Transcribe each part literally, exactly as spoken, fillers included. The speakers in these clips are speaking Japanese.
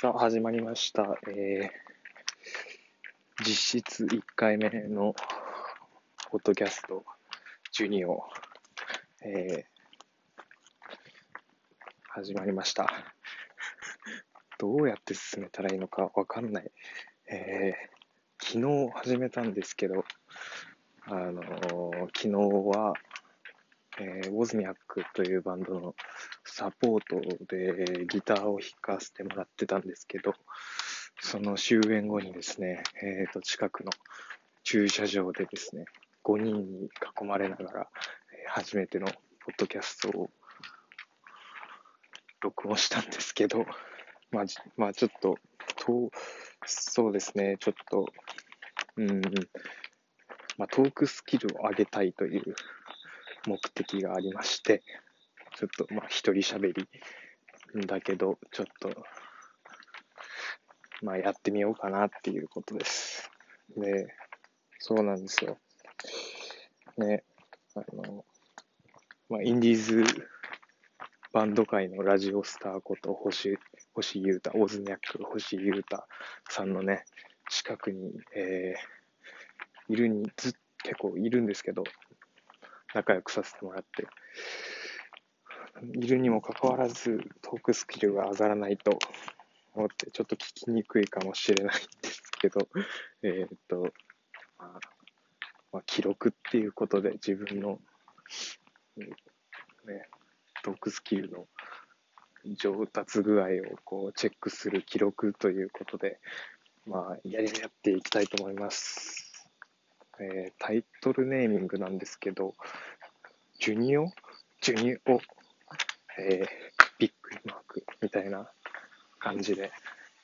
さあ、始まりました。えー、実質いっかいめのポッドキャストじゅうにを、えー、始まりました。どうやって進めたらいいのかわかんない。えー、昨日始めたんですけど、あのー、昨日は、えー、ウォズニャックというバンドのサポートでギターを弾かせてもらってたんですけど、その終演後にですね、えーと、近くの駐車場でですね、ごにんに囲まれながら、えー初めてのポッドキャストを録音したんですけど、まあ、じまあ、ちょっと、と、そうですね、ちょっと、うん、まあ、トークスキルを上げたいという目的がありまして、ちょっと、まあ、一人喋りだけど、ちょっと、まあ、やってみようかなっていうことです。で、そうなんですよ。ね、あの、まあ、インディーズバンド界のラジオスターこと星、星優太、オズニャック星優太さんのね、近くに、えー、いるに、ず結構いるんですけど、仲良くさせてもらって、いるにもかかわらずトークスキルが上がらないと思って、ちょっと聞きにくいかもしれないんですけど、えーっと、まあ、まあ、記録っていうことで自分の、ね、トークスキルの上達具合をこうチェックする記録ということで、まあ、やりやっていきたいと思います。えー、タイトルネーミングなんですけど、ジュニオジュニオ、えー、ビッグマークみたいな感じで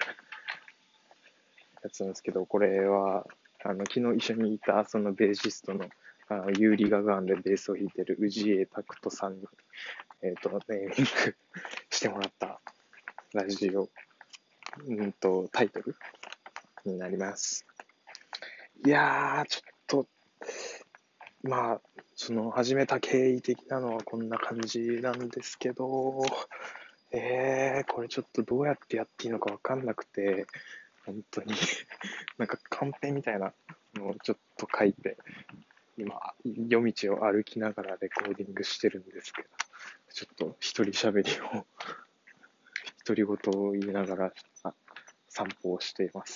やつなんですけど、これは、あの、昨日一緒にいたそのベーシストのあのユーリ・ガガーンでベースを弾いてる氏家拓人さんに、えっ、ー、と、ネーミングしてもらったラジオ、うんと、タイトルになります。いやー、ちょっと、まあ、その始めた経緯的なのはこんな感じなんですけど、えー、これちょっとどうやってやっていいのかわかんなくて、本当になんかカンペみたいなのをちょっと書いて、今、夜道を歩きながらレコーディングしてるんですけど、ちょっと一人喋りを、独り言を言いながら散歩をしています。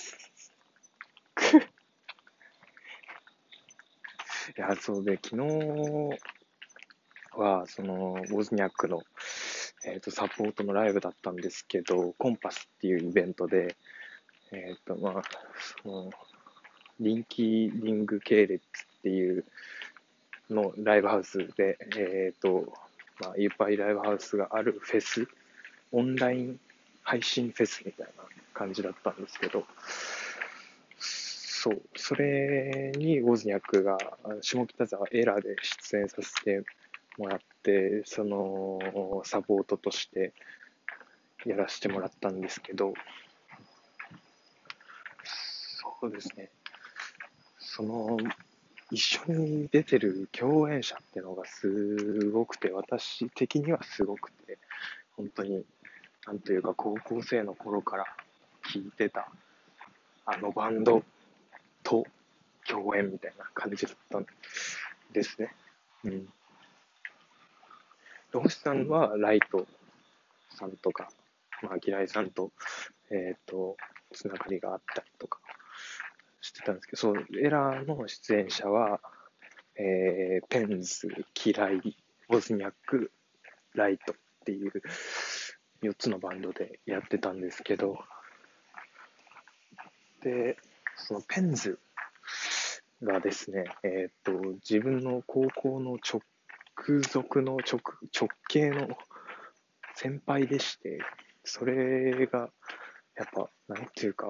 いや、そうで、昨日は、その、ウォズニャックの、えっ、ー、と、サポートのライブだったんですけど、コンパスっていうイベントで、えっ、ー、と、まあ、その、リンキーリング系列っていうのライブハウスで、えっ、ー、と、まあ、いっぱいライブハウスがあるフェス、オンライン配信フェスみたいな感じだったんですけど、そう、それにウォズニャックが下北沢エラーで出演させてもらって、そのサポートとしてやらせてもらったんですけど、そうですね、その一緒に出てる共演者っていうのがすごくて、私的にはすごくて、本当に、なんというか高校生の頃から聴いてたあのバンドと共演みたいな感じだったんですね。うん。星さんはライトさんとか、まあ、嫌いさんと、えっ、ー、と、つながりがあったりとかしてたんですけど、そう、エラーの出演者は、えー、ペンズ、嫌い、ボズニャック、ライトっていうよっつのバンドでやってたんですけど、で、そのペンズがですね、えっ、ー、と、自分の高校の直属の直直系の先輩でして、それが、やっぱ、なんていうか、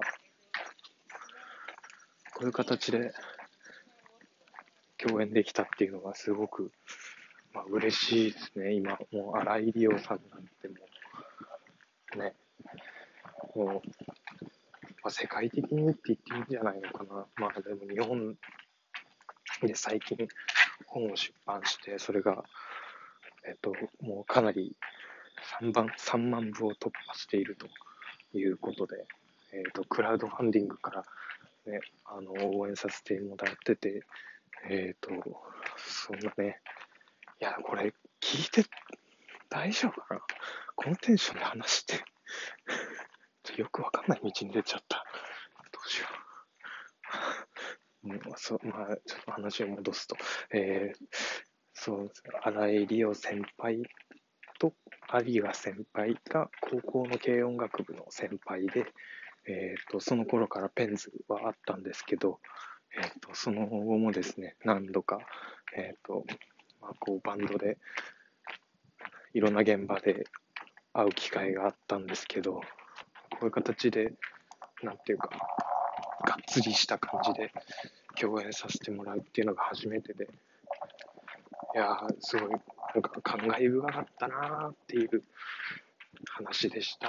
こういう形で共演できたっていうのがすごく、まあ、嬉しいですね。今、もう荒井里央さんなんてもう、ね、もう、まあ、世界的にって言っていいんじゃないのかな。まあでも日本で最近本を出版して、それが、えっと、もうかなりさんばん、さんまんぶを突破しているということで、えっと、クラウドファンディングからね、あの、応援させてもらってて、えっと、そんなね、いや、これ、聞いて大丈夫かな、このテンションで話して。よくわかんない道に出ちゃった。どうしよう。もうそまあ、ちょっと話を戻すと、えー、そうですね、新井里央先輩と有賀先輩が高校の軽音楽部の先輩で、えーと、その頃からペンズはあったんですけど、えーと、その後もですね、何度か、えーとまあ、こうバンドでいろんな現場で会う機会があったんですけど、こういう形で、なんていうか、がっつりした感じで共演させてもらうっていうのが初めてで、いやー、すごい、なんか感慨深かったなーっていう話でした。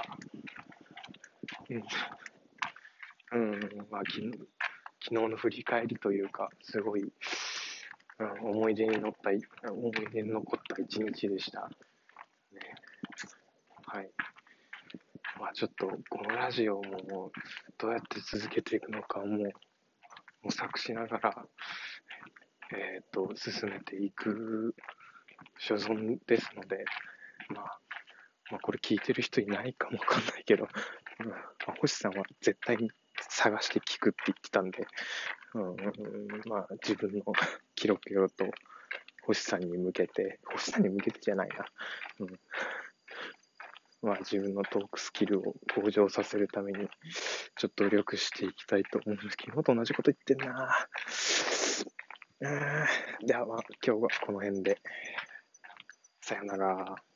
うん、うん、まあ昨日、昨日の振り返りというか、すごい、うん、思い出に乗った、思い出に残った一日でした。ね、はい。まあちょっと、このラジオももう、どうやって続けていくのかも模索しながら、えっと、進めていく所存ですので、まあ、まあ、これ聞いてる人いないかもわかんないけど、うん、まあ、星さんは絶対に探して聞くって言ってたんで、うん、まあ、自分の記録用と星さんに向けて、星さんに向けてじゃないな、うん、まあ、自分のトークスキルを向上させるために、ちょっと努力していきたいと思うんですけど、昨日と同じこと言ってんな。うん、では、まあ、今日はこの辺で。さよなら。